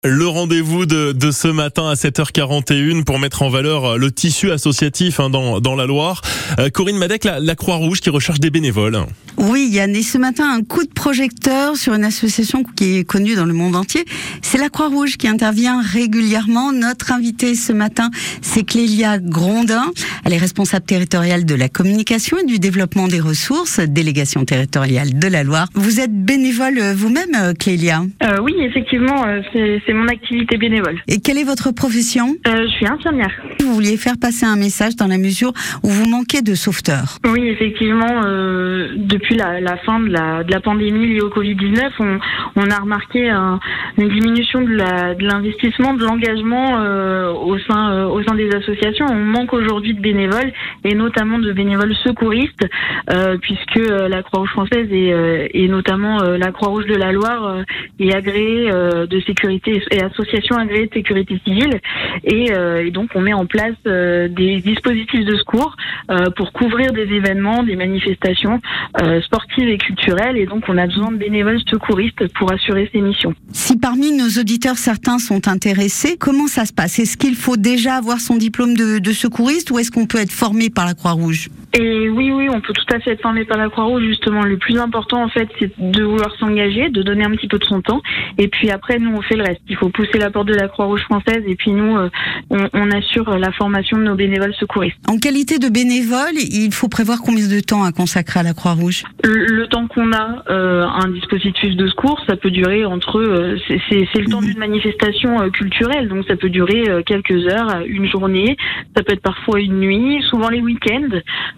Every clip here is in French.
Le rendez-vous de ce matin à 7h41 pour mettre en valeur le tissu associatif dans la Loire. Corinne Madec, la Croix-Rouge qui recherche des bénévoles. Oui, Yann, et ce matin, un coup de projecteur sur une association qui est connue dans le monde entier. C'est la Croix-Rouge qui intervient régulièrement. Notre invitée ce matin, c'est Clélia Grondin. Elle est responsable territoriale de la communication et du développement des ressources, délégation territoriale de la Loire. Vous êtes bénévole vous-même, Clélia ? Oui, effectivement, c'est mon activité bénévole. Et quelle est votre profession ? Je suis infirmière. Vous vouliez faire passer un message dans la mesure où vous manquez de sauveteurs. Oui, effectivement, depuis la fin de la pandémie liée au Covid-19, on a remarqué une diminution de l'investissement, de l'engagement au sein des associations. On manque aujourd'hui de bénévoles et notamment de bénévoles secouristes, puisque la Croix-Rouge française et notamment la Croix-Rouge de la Loire est agréée de sécurité et association agréée de sécurité civile et donc on met en place des dispositifs de secours pour couvrir des événements, des manifestations sportives et culturelles, et donc on a besoin de bénévoles secouristes pour assurer ces missions. Si parmi nos auditeurs certains sont intéressés, comment ça se passe ? Est-ce qu'il faut déjà avoir son diplôme de secouriste ou est-ce qu'on peut être formé par la Croix-Rouge ? Et oui, on peut tout à fait être formé par la Croix-Rouge, justement. Le plus important, en fait, c'est de vouloir s'engager, de donner un petit peu de son temps, et puis après, nous, on fait le reste. Il faut pousser la porte de la Croix-Rouge française, et puis nous, on assure la formation de nos bénévoles secouristes. En qualité de bénévole, il faut prévoir combien de temps à consacrer à la Croix-Rouge ? Le temps qu'on a un dispositif de secours, ça peut durer c'est le temps d'une manifestation culturelle, donc ça peut durer quelques heures, une journée, ça peut être parfois une nuit, souvent les week-ends,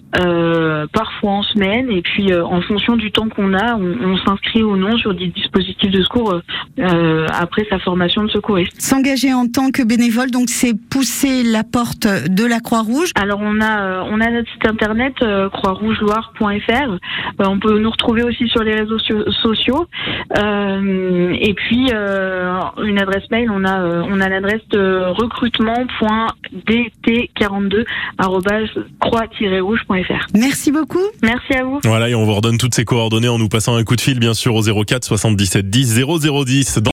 parfois en semaine, et puis en fonction du temps qu'on a, on s'inscrit ou non sur des dispositifs de secours après sa formation de secouriste. S'engager en tant que bénévole, donc c'est pousser la porte de la Croix-Rouge. Alors on a notre site internet croixrougeloire.fr. On peut nous retrouver aussi sur les réseaux sociaux. Et puis une adresse mail, on a l'adresse recrutement.dt42@croix-rouge.fr. Merci beaucoup. Merci à vous. Voilà, et on vous redonne toutes ces coordonnées en nous passant un coup de fil, bien sûr, au 04 77 10 0010.